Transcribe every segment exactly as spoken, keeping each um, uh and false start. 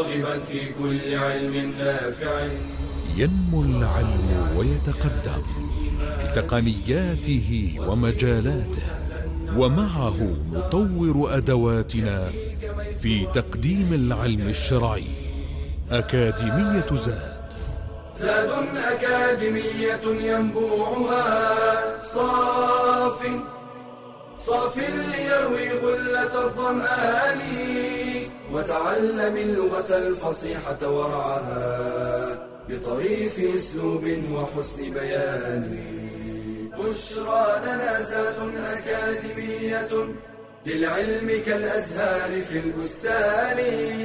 راغبا في كل علم نافع. ينمو العلم ويتقدم بتقنياته ومجالاته، ومعه نطور أدواتنا في تقديم العلم الشرعي. أكاديمية زاد زاد أكاديمية ينبوعها صاف صاف ليروي غلة الظمآن، وتعلم اللغة الفصيحة ورعاها بطريف اسلوب وحسن بيان. بشرى لنا زاد أكاديمية للعلم كالأزهار في البستان.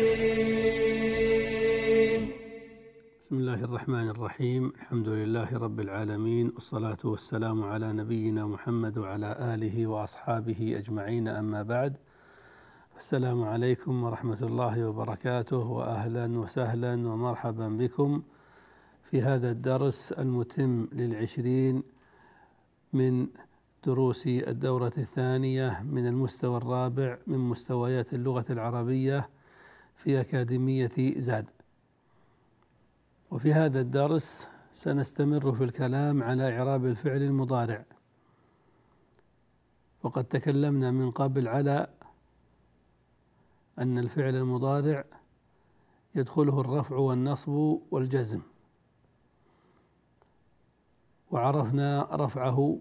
بسم الله الرحمن الرحيم. الحمد لله رب العالمين، والصلاة والسلام على نبينا محمد وعلى آله وأصحابه أجمعين، أما بعد. السلام عليكم ورحمة الله وبركاته، وأهلا وسهلا ومرحبا بكم في هذا الدرس المتم للعشرين من دروس الدورة الثانية من المستوى الرابع من مستويات اللغة العربية في أكاديمية زاد. وفي هذا الدرس سنستمر في الكلام على إعراب الفعل المضارع، وقد تكلمنا من قبل على أن الفعل المضارع يدخله الرفع والنصب والجزم، وعرفنا رفعه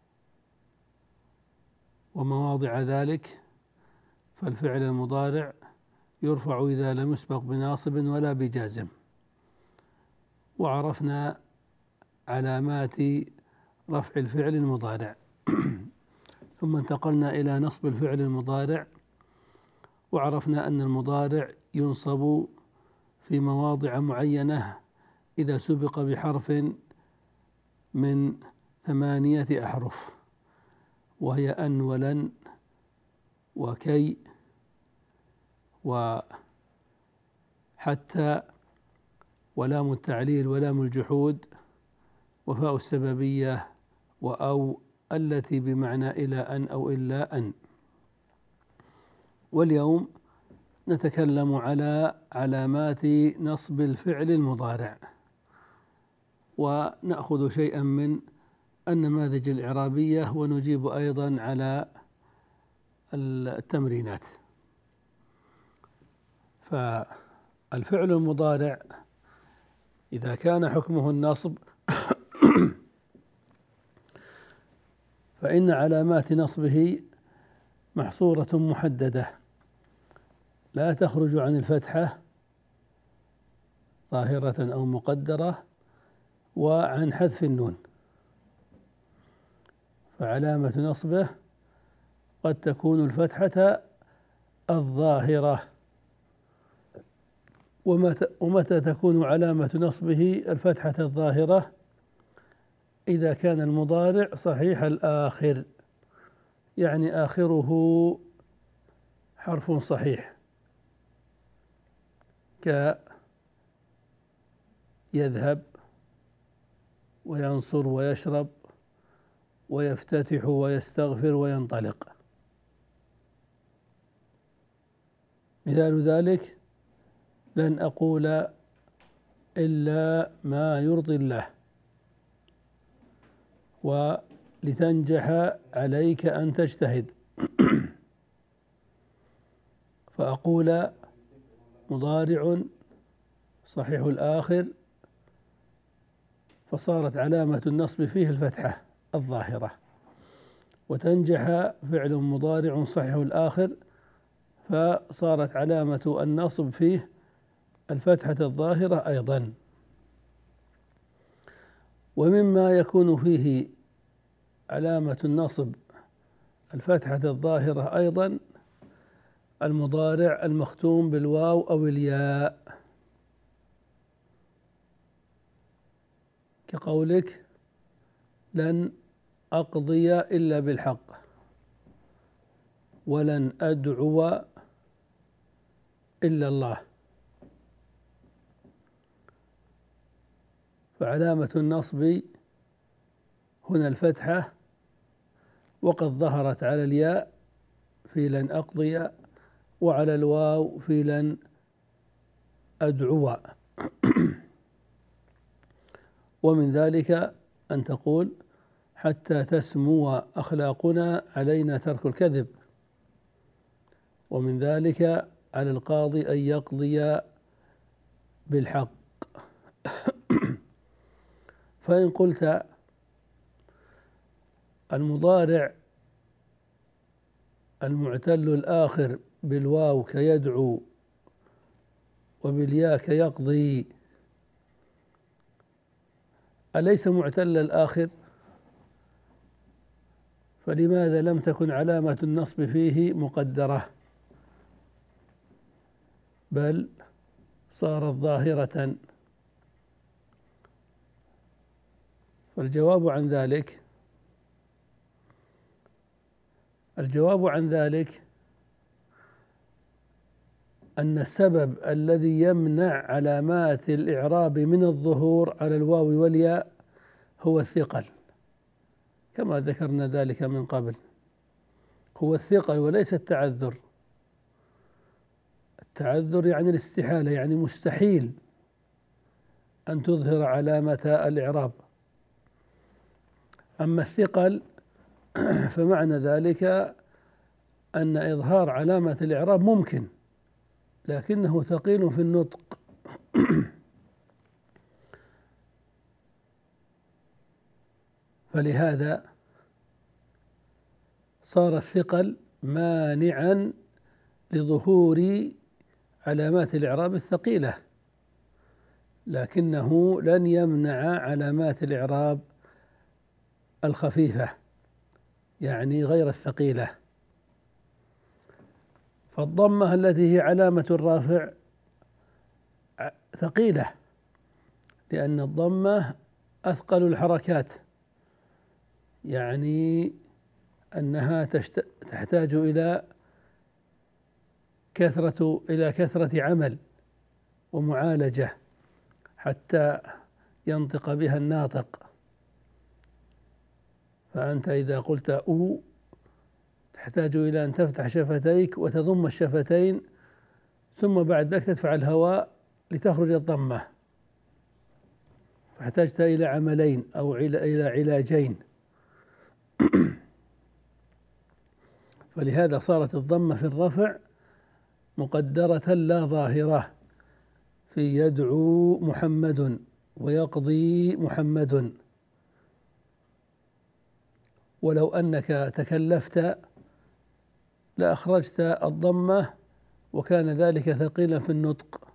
ومواضع ذلك. فالفعل المضارع يرفع إذا لم يسبق بناصب ولا بجازم، وعرفنا علامات رفع الفعل المضارع. ثم انتقلنا إلى نصب الفعل المضارع، وعرفنا أن المضارع ينصب في مواضع معينة إذا سبق بحرف من ثمانية أحرف، وهي أن ولن وكي وحتى ولام التعليل ولام الجحود وفاء السببية وأو التي بمعنى إلى أن أو إلا أن. واليوم نتكلم على علامات نصب الفعل المضارع، ونأخذ شيئا من النماذج الإعرابية، ونجيب أيضا على التمرينات. فالفعل المضارع إذا كان حكمه النصب فإن علامات نصبه محصورة محددة، لا تخرج عن الفتحة ظاهرة أو مقدرة، وعن حذف النون. فعلامة نصبه قد تكون الفتحة الظاهرة. ومتى, ومتى تكون علامة نصبه الفتحة الظاهرة؟ إذا كان المضارع صحيح الآخر، يعني آخره حرف صحيح، كيذهب وينصر ويشرب ويفتتح ويستغفر وينطلق. مثال ذلك: لن أقول إلا ما يرضي الله، ولتنجح عليك أن تجتهد. فأقول مضارع صحيح الآخر، فصارت علامة النصب فيه الفتحة الظاهرة. وتنجح فعل مضارع صحيح الآخر، فصارت علامة النصب فيه الفتحة الظاهرة أيضا. ومما يكون فيه علامة النصب الفتحة الظاهرة أيضا المضارع المختوم بالواو أو الياء، كقولك لن أقضي إلا بالحق، ولن أدعو إلا الله. فعلامة النصب هنا الفتحة، وقد ظهرت على الياء في لن أقضي، وعلى الواو في لن أدعو. ومن ذلك أن تقول حتى تسمو أخلاقنا علينا ترك الكذب. ومن ذلك على القاضي أن يقضي بالحق. فإن قلت المضارع المعتل الآخر بالواو كيدعو وبالياء كيقضي أليس معتل الآخر؟ فلماذا لم تكن علامة النصب فيه مقدرة بل صارت ظاهرة؟ والجواب عن ذلك الجواب عن ذلك أن السبب الذي يمنع علامات الإعراب من الظهور على الواو والياء هو الثقل، كما ذكرنا ذلك من قبل. هو الثقل وليس التعذر. التعذر يعني الاستحالة، يعني مستحيل أن تظهر علامة الإعراب. أما الثقل فمعنى ذلك أن إظهار علامة الإعراب ممكن لكنه ثقيل في النطق. فلهذا صار الثقل مانعا لظهور علامات الإعراب الثقيلة، لكنه لن يمنع علامات الإعراب الخفيفة يعني غير الثقيلة. فالضمة التي هي علامة الرافع ثقيلة، لأن الضمة أثقل الحركات، يعني أنها تحتاج إلى كثرة إلى كثرة عمل ومعالجة حتى ينطق بها الناطق. فأنت إذا قلت أو تحتاج إلى أن تفتح شفتيك وتضم الشفتين ثم بعد ذلك تدفع الهواء لتخرج الضمة، فاحتاجت إلى عملين أو إلى علاجين. فلهذا صارت الضمة في الرفع مقدرة لا ظاهرة في يدعو محمد ويقضي محمد. ولو أنك تكلفت لأخرجت الضمة وكان ذلك ثقيلا في النطق،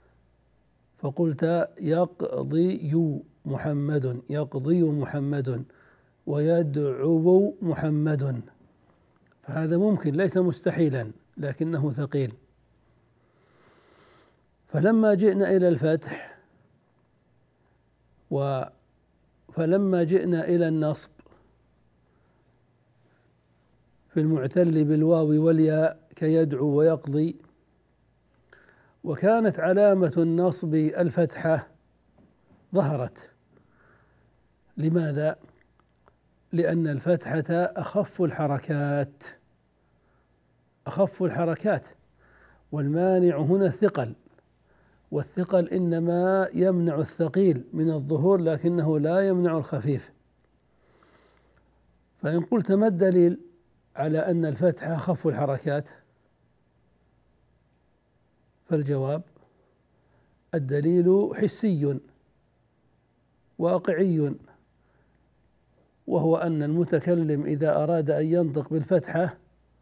فقلت يقضي محمد يقضي محمد ويدعو محمد، فهذا ممكن ليس مستحيلا لكنه ثقيل. فلما جئنا إلى الفتح و فلما جئنا إلى النصب في المعتل بالواو والياء كيدعو ويقضي، وكانت علامة النصب الفتحة ظهرت. لماذا؟ لأن الفتحة أخف الحركات أخف الحركات والمانع هنا الثقل، والثقل إنما يمنع الثقيل من الظهور لكنه لا يمنع الخفيف. فإن قلت ما الدليل على أن الفتحة أخف الحركات؟ فالجواب الدليل حسي واقعي، وهو أن المتكلم إذا أراد أن ينطق بالفتحة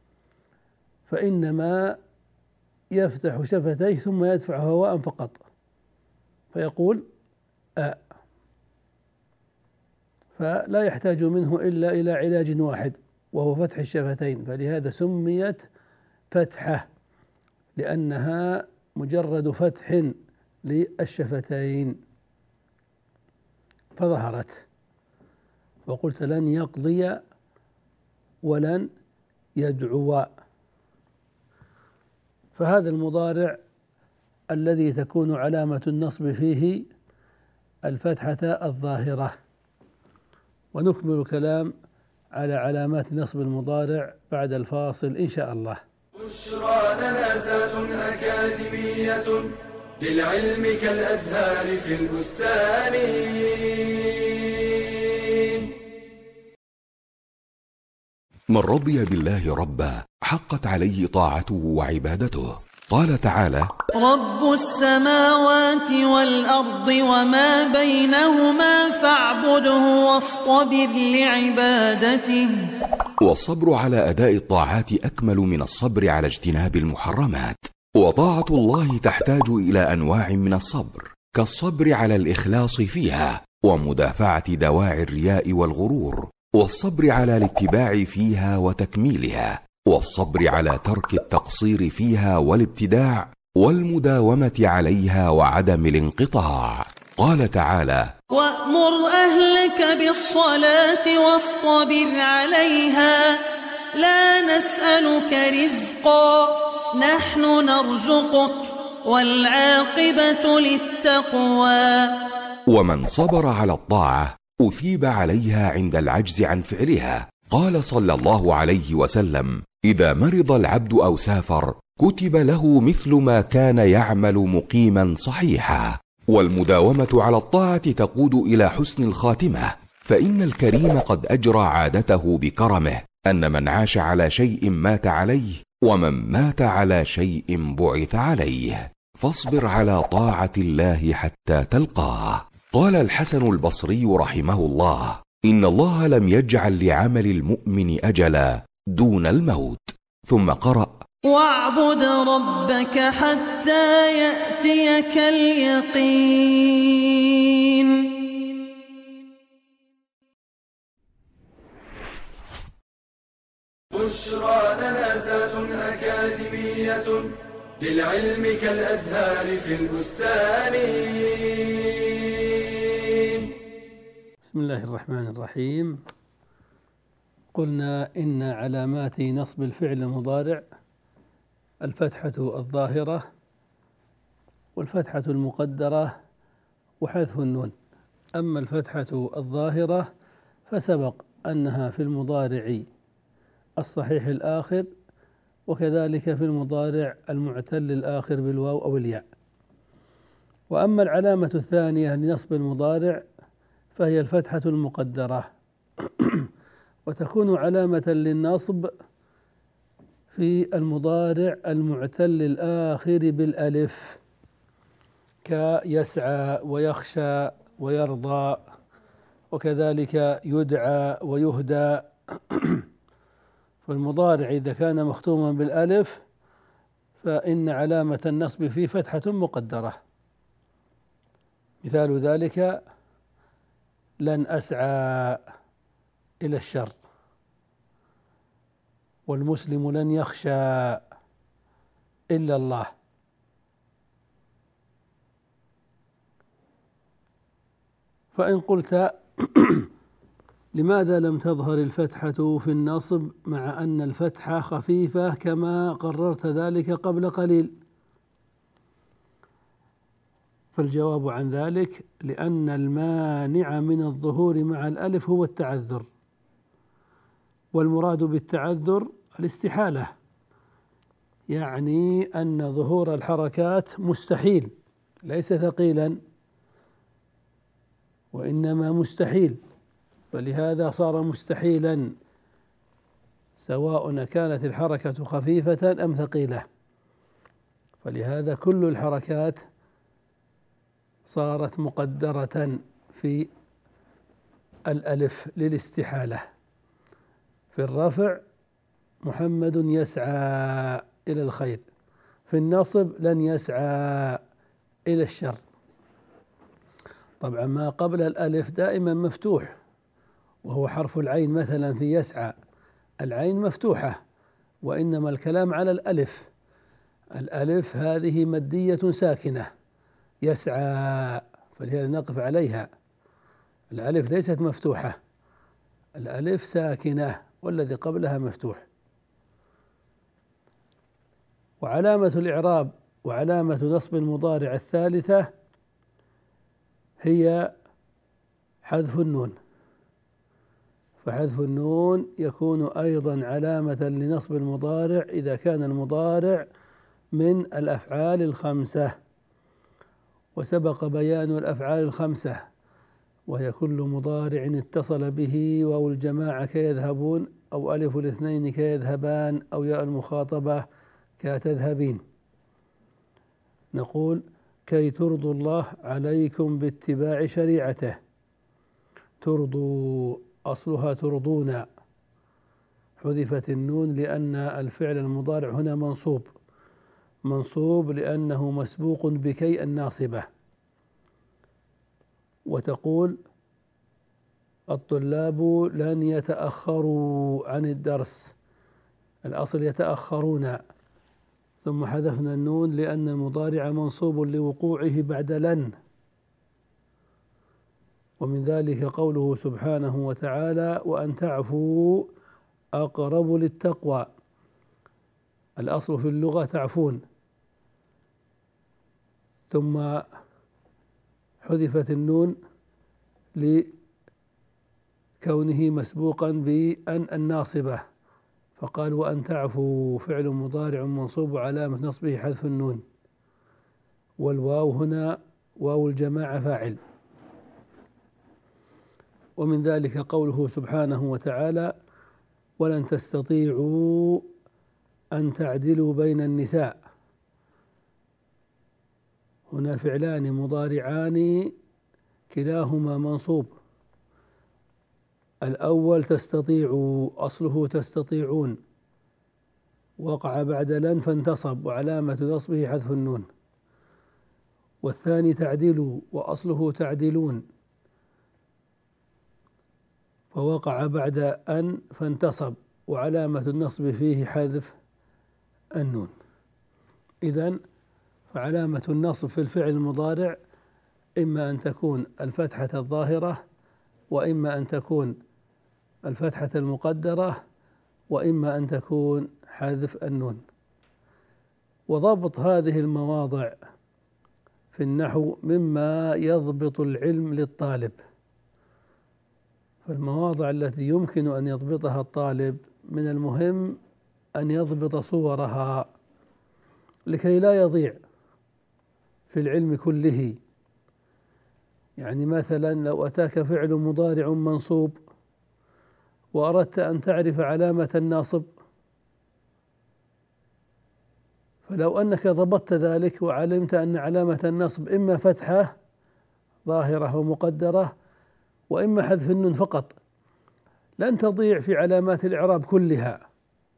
فإنما يفتح شفتيه ثم يدفع هواء فقط فيقول أ، فلا يحتاج منه إلا إلى علاج واحد وهو فتح الشفتين. فلهذا سميت فتحة لأنها مجرد فتح للشفتين فظهرت. وقلت لن يقضي ولن يدعو، فهذا المضارع الذي تكون علامة النصب فيه الفتحة الظاهرة. ونكمل الكلام على علامات نصب المضارع بعد الفاصل إن شاء الله. بشرى لنا زاد أكاديمية للعلم كالأزهار في البستان. من رضي بالله ربا حقت عليه طاعته وعبادته. قال تعالى: رب السماوات والأرض وما بينهما فاعبده واصطبر لعبادته. والصبر على أداء الطاعات أكمل من الصبر على اجتناب المحرمات. وطاعة الله تحتاج إلى أنواع من الصبر، كالصبر على الإخلاص فيها ومدافعة دواعي الرياء والغرور، والصبر على الاتباع فيها وتكميلها، والصبر على ترك التقصير فيها والابتداع، والمداومة عليها وعدم الانقطاع. قال تعالى: وأمر أهلك بالصلاة واصطبر عليها لا نسألك رزقا نحن نرزقك والعاقبة للتقوى. ومن صبر على الطاعة أثيب عليها عند العجز عن فعلها. قال صلى الله عليه وسلم: إذا مرض العبد أو سافر كتب له مثل ما كان يعمل مقيما صحيحا. والمداومة على الطاعة تقود إلى حسن الخاتمة، فإن الكريم قد أجرى عادته بكرمه أن من عاش على شيء مات عليه، ومن مات على شيء بعث عليه. فاصبر على طاعة الله حتى تلقاه. قال الحسن البصري رحمه الله: إن الله لم يجعل لعمل المؤمن أجلا دون الموت. ثم قرأ: واعبد ربك حتى يأتيك اليقين. بشرى لنا زاد أكاديمية للعلم كالأزهار في البستان. بسم الله الرحمن الرحيم. قلنا إن علامات نصب الفعل المضارع الفتحة الظاهرة والفتحة المقدرة وحذف النون. أما الفتحة الظاهرة فسبق أنها في المضارع الصحيح الآخر، وكذلك في المضارع المعتل الآخر بالواو أو الياء. وأما العلامة الثانية لنصب المضارع فهي الفتحة المقدرة وتكون علامة للنصب في المضارع المعتل الآخر بالألف، كيسعى ويخشى ويرضى، وكذلك يدعى ويهدى. فالمضارع إذا كان مختوما بالألف فإن علامة النصب فيه فتحة مقدرة. مثال ذلك: لن أسعى إلى الشر، والمسلم لن يخشى إلا الله. فإن قلت لماذا لم تظهر الفتحة في النصب مع أن الفتحة خفيفة كما قررت ذلك قبل قليل؟ فالجواب عن ذلك لأن المانع من الظهور مع الألف هو التعذر، والمراد بالتعذر الاستحالة، يعني أن ظهور الحركات مستحيل، ليس ثقيلا وإنما مستحيل، فلهذا صار مستحيلا سواء كانت الحركة خفيفة أم ثقيلة. فلهذا كل الحركات صارت مقدرة في الألف للاستحالة. في الرفع: محمد يسعى إلى الخير. في النصب: لن يسعى إلى الشر. طبعا ما قبل الألف دائما مفتوح، وهو حرف العين. مثلا في يسعى العين مفتوحة، وإنما الكلام على الألف. الألف هذه مادية ساكنة، يسعى، فلهذا نقف عليها. الألف ليست مفتوحة، الألف ساكنة والذي قبلها مفتوح. وعلامة الإعراب وعلامة نصب المضارع الثالثة هي حذف النون. فحذف النون يكون أيضا علامة لنصب المضارع إذا كان المضارع من الأفعال الخمسة. وسبق بيان الأفعال الخمسة، وهي كل مضارع اتصل به واو الجماعة كيذهبون، أو ألف الاثنين كيذهبان، أو ياء المخاطبة كتذهبين. نقول: كي ترضوا الله عليكم باتباع شريعته. ترضوا أصلها ترضون، حذفت النون لأن الفعل المضارع هنا منصوب، منصوب لأنه مسبوق بكي الناصبة. وتقول: الطلاب لن يتأخروا عن الدرس، الأصل يتأخرون، ثم حذفنا النون لأن المضارع منصوب لوقوعه بعد لن. ومن ذلك قوله سبحانه وتعالى: وأن تعفوا أقرب للتقوى. الأصل في اللغة تعفون، ثم حذفت النون لكونه مسبوقا بأن الناصبة، فقال: وأن تعفوا فعل مضارع منصوب علامة نصبه حذف النون، والواو هنا واو الجماعة فاعل. ومن ذلك قوله سبحانه وتعالى: ولن تستطيعوا أن تعدلوا بين النساء. هنا فعلان مضارعان كلاهما منصوب. الأول تستطيعوا أصله تستطيعون، وقع بعد لن فانتصب، وعلامة نصبه حذف النون. والثاني تعدلوا وأصله تعدلون، فوقع بعد أن فانتصب، وعلامة النصب فيه حذف النون. إذن فعلامة النصب في الفعل المضارع إما أن تكون الفتحة الظاهرة، وإما أن تكون الفتحة المقدرة، وإما أن تكون حذف النون. وضبط هذه المواضع في النحو مما يضبط العلم للطالب. فالمواضع التي يمكن أن يضبطها الطالب من المهم أن يضبط صورها لكي لا يضيع في العلم كله. يعني مثلا لو أتاك فعل مضارع منصوب وأردت أن تعرف علامة الناصب، فلو أنك ضبطت ذلك وعلمت أن علامة النصب إما فتحة ظاهرة ومقدرة، وإما حذف النون فقط، لن تضيع في علامات الإعراب كلها،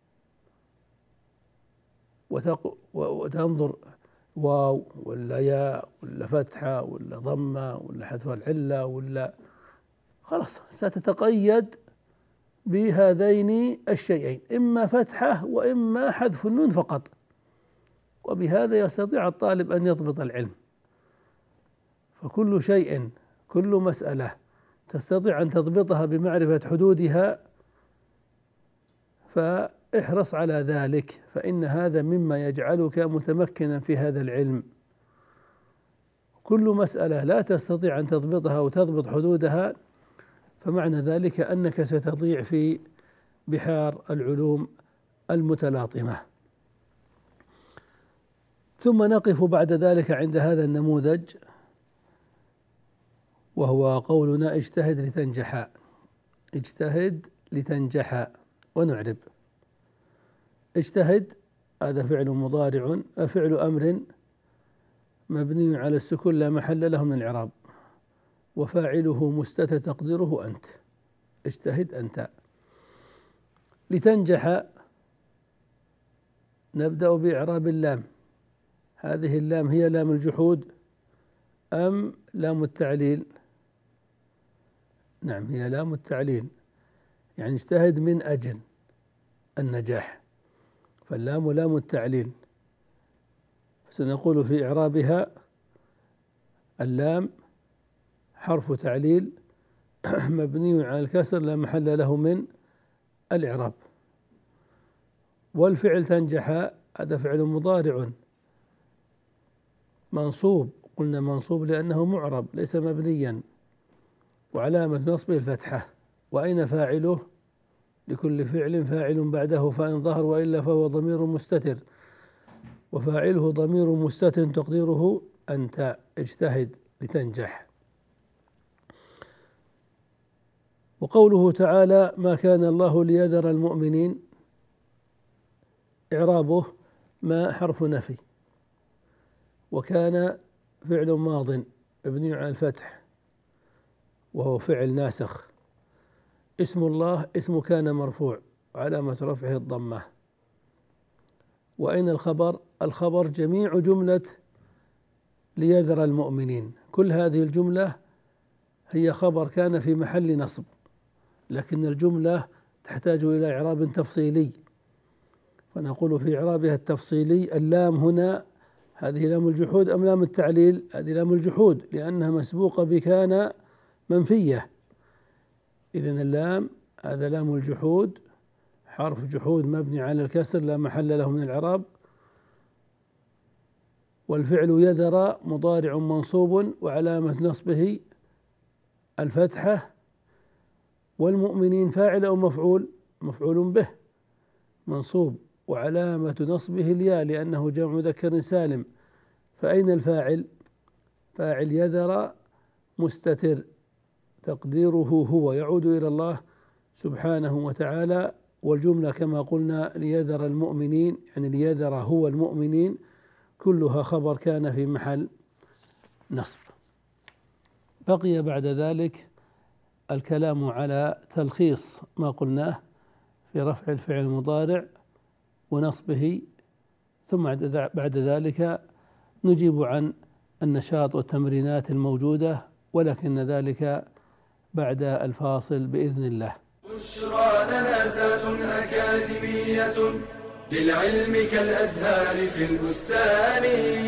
وتنظر واو ولا ياء ولا فتحة ولا ضمة ولا حذف العلة ولا، خلاص ستتقيد بهذين الشيئين، إما فتحة وإما حذف النون فقط. وبهذا يستطيع الطالب أن يضبط العلم. فكل شيء، كل مسألة تستطيع أن تضبطها بمعرفة حدودها فاحرص على ذلك، فإن هذا مما يجعلك متمكنا في هذا العلم. كل مسألة لا تستطيع أن تضبطها وتضبط حدودها فمعنى ذلك أنك ستضيع في بحار العلوم المتلاطمة. ثم نقف بعد ذلك عند هذا النموذج، وهو قولنا: اجتهد لتنجح. اجتهد لتنجح. ونعرب: اجتهد هذا فعل مضارع، فعل أمر مبني على السكون لا محل له من الإعراب، وفاعله مستتر تقديره أنت. اجتهد أنت. لتنجح نبدأ بإعراب اللام. هذه اللام هي لام الجحود أم لام التعليل؟ نعم، هي لام التعليل، يعني اجتهد من أجل النجاح، فاللام لام التعليل. سنقول في إعرابها: اللام حرف تعليل مبني على الكسر لا محل له من الإعراب. والفعل تنجح هذا فعل مضارع منصوب، قلنا منصوب لأنه معرب ليس مبنيا، وعلامة نصبه الفتحة. وأين فاعله؟ لكل فعل فاعل بعده فإن ظهر، وإلا فهو ضمير مستتر، وفاعله ضمير مستتر تقديره أنت اجتهد لتنجح. وقوله تعالى ما كان الله ليذر المؤمنين، إعرابه ما حرف نفي، وكان فعل ماض مبني على الفتح وهو فعل ناسخ. اسم الله اسم كان مرفوع علامة رفعه الضمة. وأين الخبر؟ الخبر جميع جملة ليذر المؤمنين، كل هذه الجملة هي خبر كان في محل نصب، لكن الجملة تحتاج إلى إعراب تفصيلي، فنقول في إعرابها التفصيلي اللام هنا هذه لام الجحود أم لام التعليل؟ هذه لام الجحود لأنها مسبوقة بكان منفية. إذن اللام هذا لام الجحود حرف جحود مبني على الكسر لا محل له من الإعراب. والفعل يذر مضارع منصوب وعلامة نصبه الفتحة. والمؤمنين فاعل أو مفعول؟ مفعول به منصوب وعلامة نصبه الياء لأنه جمع مذكر سالم. فأين الفاعل؟ فاعل يذر مستتر تقديره هو يعود إلى الله سبحانه وتعالى. والجملة كما قلنا ليذر المؤمنين يعني ليذر هو المؤمنين كلها خبر كان في محل نصب. بقي بعد ذلك الكلام على تلخيص ما قلناه في رفع الفعل المضارع ونصبه، ثم بعد ذلك نجيب عن النشاط والتمرينات الموجودة، ولكن ذلك بعد الفاصل بإذن الله. بشرى لنا زاد أكاديمية للعلم كالأزهار في البستان.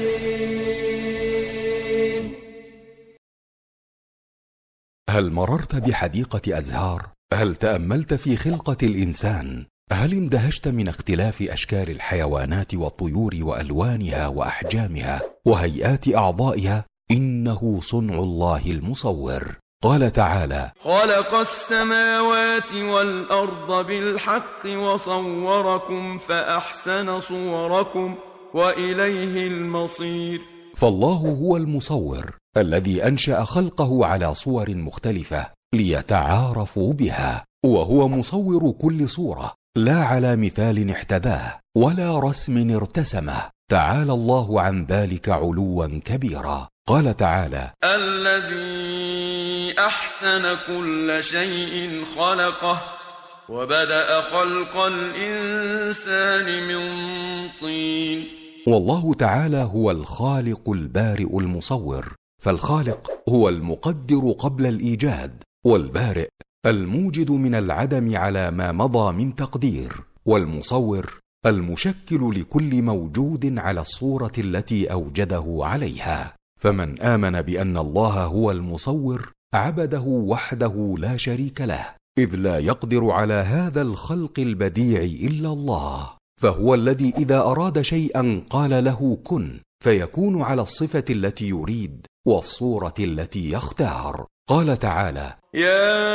هل مررت بحديقة أزهار؟ هل تأملت في خلقة الإنسان؟ هل اندهشت من اختلاف أشكال الحيوانات والطيور وألوانها وأحجامها وهيئات أعضائها؟ إنه صنع الله المصور. قال تعالى: خلق السماوات والأرض بالحق وصوركم فأحسن صوركم وإليه المصير. فالله هو المصور الذي أنشأ خلقه على صور مختلفة ليتعارفوا بها، وهو مصور كل صورة لا على مثال احتذاه ولا رسم ارتسمه، تعالى الله عن ذلك علوا كبيرا. قال تعالى: الذي أحسن كل شيء خلقه وبدأ خلق الإنسان من طين. والله تعالى هو الخالق البارئ المصور، فالخالق هو المقدر قبل الإيجاد، والبارئ الموجد من العدم على ما مضى من تقدير، والمصور المشكل لكل موجود على الصورة التي أوجده عليها. فمن آمن بأن الله هو المصور عبده وحده لا شريك له، إذ لا يقدر على هذا الخلق البديع إلا الله، فهو الذي إذا أراد شيئا قال له كن فيكون على الصفة التي يريد والصورة التي يختار. قال تعالى: يا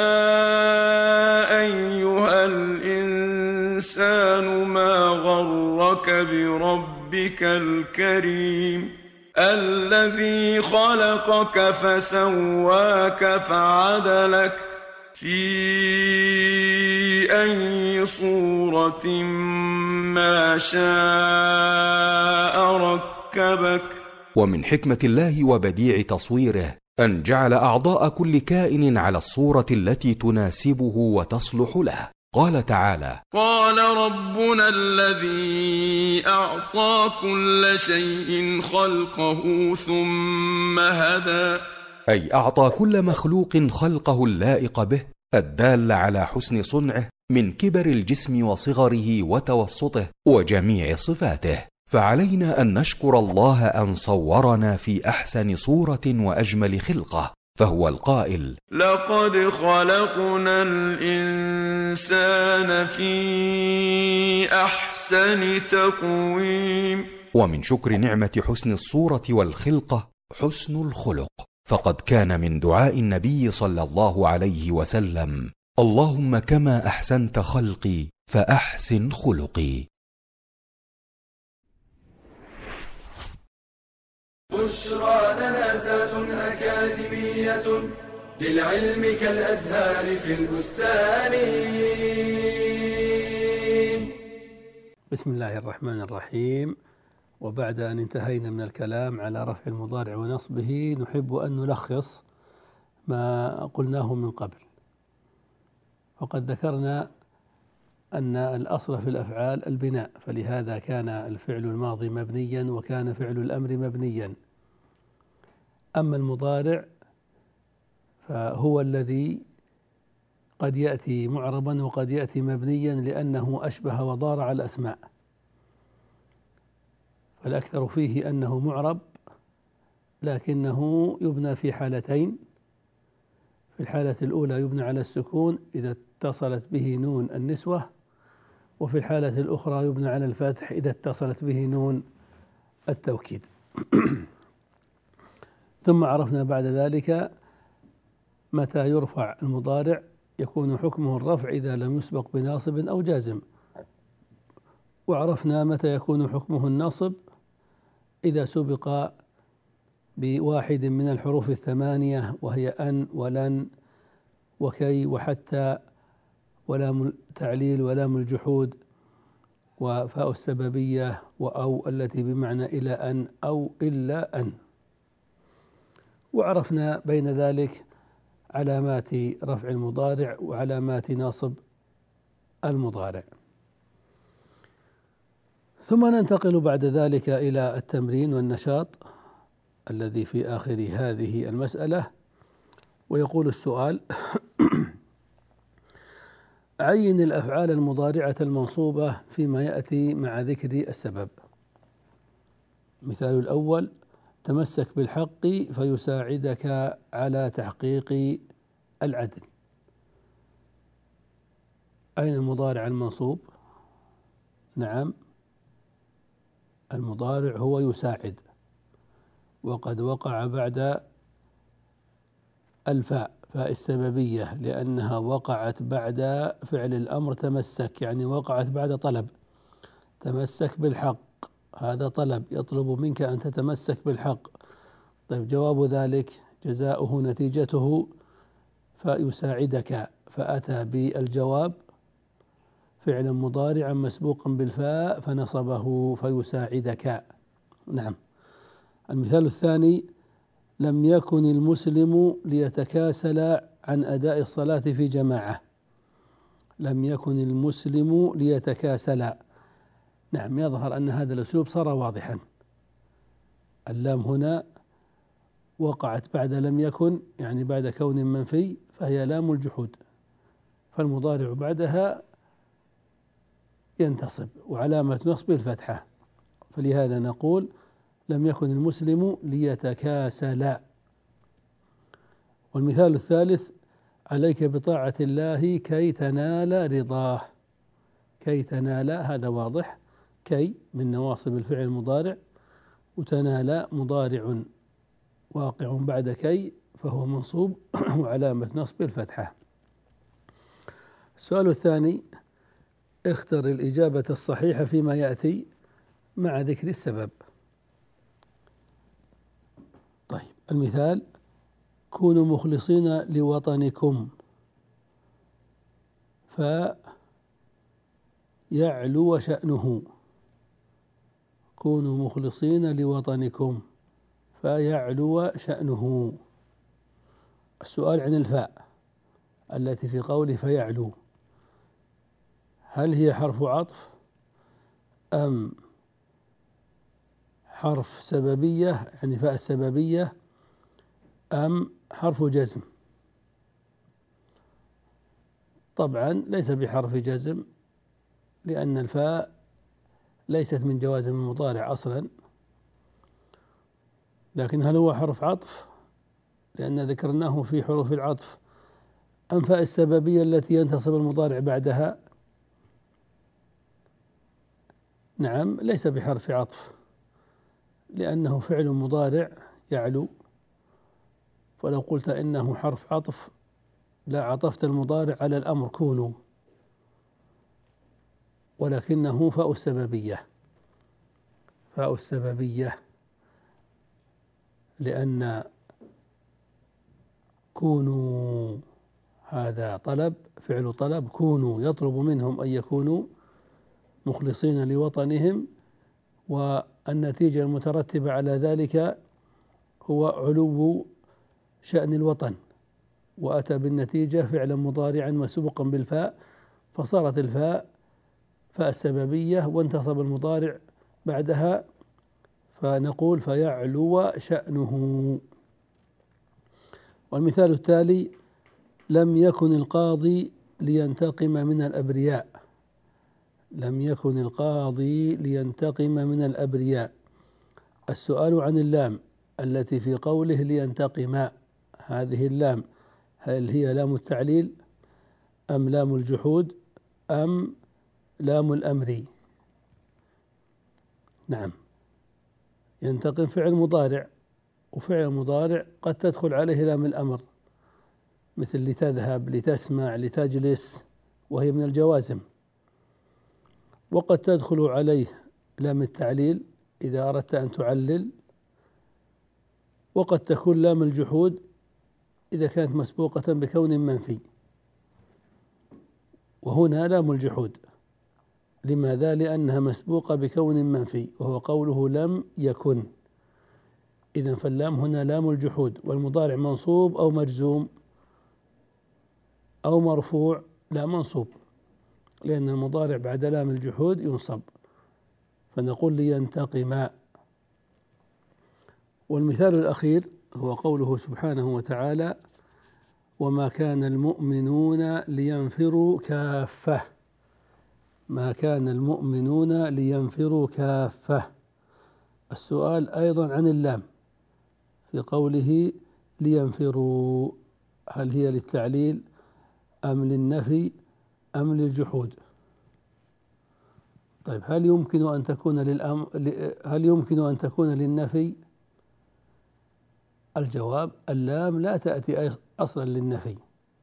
أيها الإنسان ما غرك بربك الكريم الذي خلقك فسواك فعدلك في أي صورة ما شاء ركبك. ومن حكمة الله وبديع تصويره أن جعل أعضاء كل كائن على الصورة التي تناسبه وتصلح له. قال تعالى: قال ربنا الذي أعطى كل شيء خلقه ثم هدى، أي أعطى كل مخلوق خلقه اللائق به الدال على حسن صنعه من كبر الجسم وصغره وتوسطه وجميع صفاته. فعلينا أن نشكر الله أن صورنا في أحسن صورة وأجمل خلقة، فهو القائل: لقد خلقنا الإنسان في أحسن تقويم. ومن شكر نعمة حسن الصورة والخلقة حسن الخلق، فقد كان من دعاء النبي صلى الله عليه وسلم: اللهم كما أحسنت خلقي فأحسن خلقي. بشرى لنا زاد أكاديمية للعلم كالأزهار في البستان. بسم الله الرحمن الرحيم. وبعد أن انتهينا من الكلام على رفع المضارع ونصبه، نحب أن نلخص ما قلناه من قبل. وقد ذكرنا أن الأصل في الأفعال البناء، فلهذا كان الفعل الماضي مبنيا وكان فعل الأمر مبنيا. أما المضارع فهو الذي قد يأتي معربا وقد يأتي مبنيا لأنه أشبه وضارع الأسماء، فالأكثر فيه أنه معرب، لكنه يبنى في حالتين. في الحالة الأولى يبنى على السكون إذا اتصلت به نون النسوة، وفي الحالة الأخرى يبنى على الفتح إذا اتصلت به نون التوكيد. ثم عرفنا بعد ذلك متى يرفع المضارع، يكون حكمه الرفع إذا لم يسبق بناصب أو جازم. وعرفنا متى يكون حكمه النصب إذا سبق بواحد من الحروف الثمانية، وهي أن ولن وكي وحتى ولام التعليل ولام الجحود وفاء السببية وأو التي بمعنى إلى أن أو إلا أن. وعرفنا بين ذلك علامات رفع المضارع وعلامات نصب المضارع. ثم ننتقل بعد ذلك إلى التمرين والنشاط الذي في آخر هذه المسألة. ويقول السؤال: عين الأفعال المضارعة المنصوبة فيما يأتي مع ذكر السبب. مثال الأول: تمسك بالحق فيساعدك على تحقيق العدل. أين المضارع المنصوب؟ نعم، المضارع هو يساعد، وقد وقع بعد الفاء، فاء السببية، لأنها وقعت بعد فعل الأمر تمسك، يعني وقعت بعد طلب. تمسك بالحق، هذا طلب، يطلب منك أن تتمسك بالحق. طيب، جواب ذلك جزاؤه نتيجته فيساعدك، فأتى بالجواب فعلا مضارعا مسبوقا بالفاء فنصبه فيساعدك. نعم. المثال الثاني: لم يكن المسلم ليتكاسل عن أداء الصلاة في جماعة. لم يكن المسلم ليتكاسل. نعم، يظهر أن هذا الأسلوب صار واضحا. اللام هنا وقعت بعد لم يكن، يعني بعد كون منفي، فهي لام الجحود، فالمضارع بعدها ينتصب، وعلامة نصبه الفتحة، فلهذا نقول لم يكن المسلم ليتكاسل. والمثال الثالث: عليك بطاعة الله كي تنال رضاه. كي تنال، هذا واضح، كي من نواصب الفعل المضارع، وتنال مضارع واقع بعد كي فهو منصوب وعلامة نصبه الفتحة. السؤال الثاني: اختر الإجابة الصحيحة فيما يأتي مع ذكر السبب. طيب، المثال: كونوا مخلصين لوطنكم فيعلو شأنه. كونوا مخلصين لوطنكم فيعلو شأنه. السؤال عن الفاء التي في قوله فيعلو، هل هي حرف عطف أم حرف سببية، يعني فاء السببية، أم حرف جزم؟ طبعا ليس بحرف جزم، لأن الفاء ليست من جوازم المضارع أصلا. لكن هل هو حرف عطف؟ لأن ذكرناه في حروف العطف. أم فاء السببية التي ينتصب المضارع بعدها؟ نعم، ليس بحرف عطف، لأنه فعل مضارع يعلو، فلو قلت إنه حرف عطف لا عطفت المضارع على الأمر كونوا، ولكنه فاء السببية. فاء السببية لأن كونوا هذا طلب، فعل طلب، كونوا يطلب منهم أن يكونوا مخلصين لوطنهم، والنتيجة المترتبة على ذلك هو علو شأن الوطن، وأتى بالنتيجة فعلا مضارعا مسبوقا بالفاء، فصارت الفاء فاء السببية وانتصب المضارع بعدها، فنقول فيعلو شأنه. والمثال التالي: لم يكن القاضي لينتقم من الأبرياء. لم يكن القاضي لينتقم من الأبرياء. السؤال عن اللام التي في قوله لينتقم، هذه اللام هل هي لام التعليل أم لام الجحود أم لام الأمر؟ نعم، ينتقم فعل مضارع، وفعل مضارع قد تدخل عليه لام الأمر، مثل لتذهب، لتسمع، لتجلس، وهي من الجوازم. وقد تدخل عليه لام التعليل إذا أردت أن تعلل، وقد تكون لام الجحود إذا كانت مسبوقة بكون منفي. وهنا لام الجحود، لماذا؟ لأنها مسبوقة بكون منفي، وهو قوله لم يكن. إذن فاللام هنا لام الجحود، والمضارع منصوب أو مجزوم أو مرفوع؟ لا، منصوب، لأن المضارع بعد لام الجحود ينصب، فنقول لينتقم. والمثال الأخير هو قوله سبحانه وتعالى: وما كان المؤمنون لينفروا كافة. ما كان المؤمنون لينفروا كافة. السؤال أيضا عن اللام في قوله لينفروا، هل هي للتعليل أم للنفي أم للجحود؟ طيب، هل يمكن أن تكون للأم هل يمكن أن تكون للنفي؟ الجواب: اللام لا تأتي أصلا للنفي،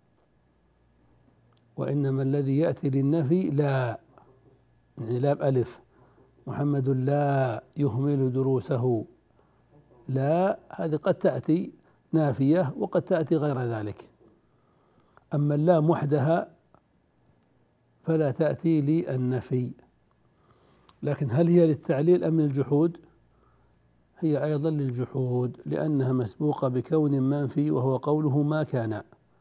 وإنما الذي يأتي للنفي لا، يعني لام ألف، محمد لا يهمل دروسه، لا هذه قد تأتي نافية وقد تأتي غير ذلك. أما اللام وحدها فلا تأتي للنفي. لكن هل هي للتعليل أم للجحود؟ هي أيضا للجحود، لأنها مسبوقة بكون منفي، وهو قوله ما كان،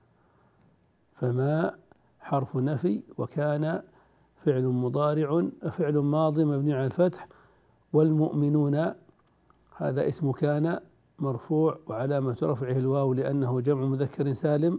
فما حرف نفي، وكان فعل مضارع فعل ماضي مبني على الفتح، والمؤمنون هذا اسم كان مرفوع وعلامة رفعه الواو لأنه جمع مذكر سالم.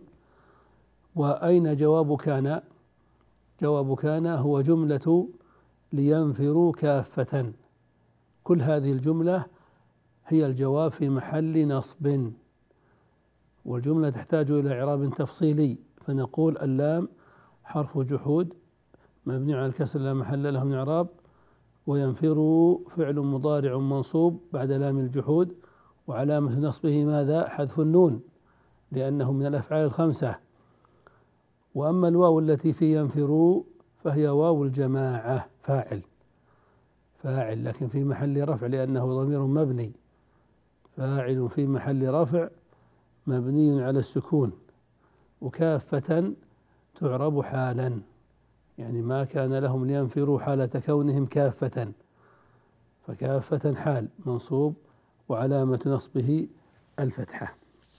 وأين جواب كان؟ جواب كان هو جملة لينفروا كافة. كل هذه الجملة هي الجواب في محل نصب، والجملة تحتاج إلى إعراب تفصيلي، فنقول اللام حرف جحود مبني على الكسر لا محل له من إعراب، وينفروا فعل مضارع منصوب بعد لام الجحود، وعلامة نصبه ماذا؟ حذف النون لأنه من الأفعال الخمسة. وأما الواو التي في ينفروا فهي واو الجماعة، فاعل فاعل لكن في محل رفع لأنه ضمير مبني، فاعل في محل رفع مبني على السكون. وكافة تعرب حالا، يعني ما كان لهم لينفروا حالة كونهم كافة، فكافة حال منصوب وعلامة نصبه الفتحة.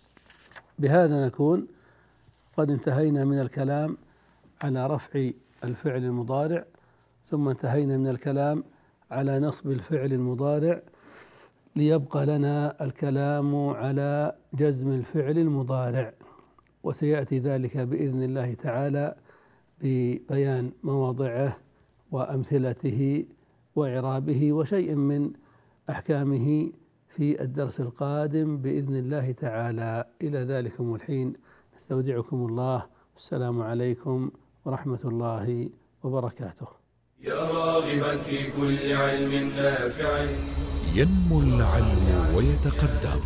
بهذا نكون قد انتهينا من الكلام على رفع الفعل المضارع، ثم انتهينا من الكلام على نصب الفعل المضارع، ليبقى لنا الكلام على جزم الفعل المضارع، وسيأتي ذلك بإذن الله تعالى ببيان مواضعه وأمثلته وإعرابه وشيء من أحكامه في الدرس القادم بإذن الله تعالى. إلى ذلكم الحين نستودعكم الله، السلام عليكم ورحمة الله وبركاته. يا راغبا في كل علم نافع، ينمو العلم ويتقدم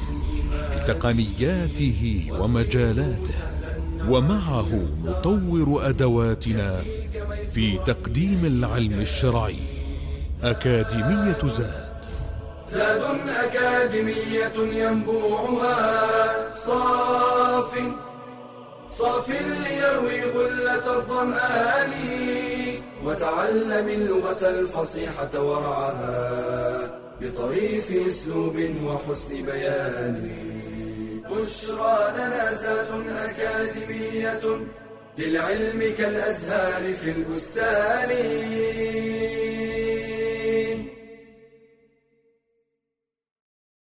بتقنياته ومجالاته، ومعه نطور أدواتنا في تقديم العلم الشرعي. أكاديمية زاد، زاد أكاديمية ينبوعها صاف صاف ليروي غلة الظمآن وتعلم اللغة الفصيحة ورعاها بطريف اسلوب وحسن بيان. بشرى لنا زاد أكاديمية للعلم كالأزهار في البستان.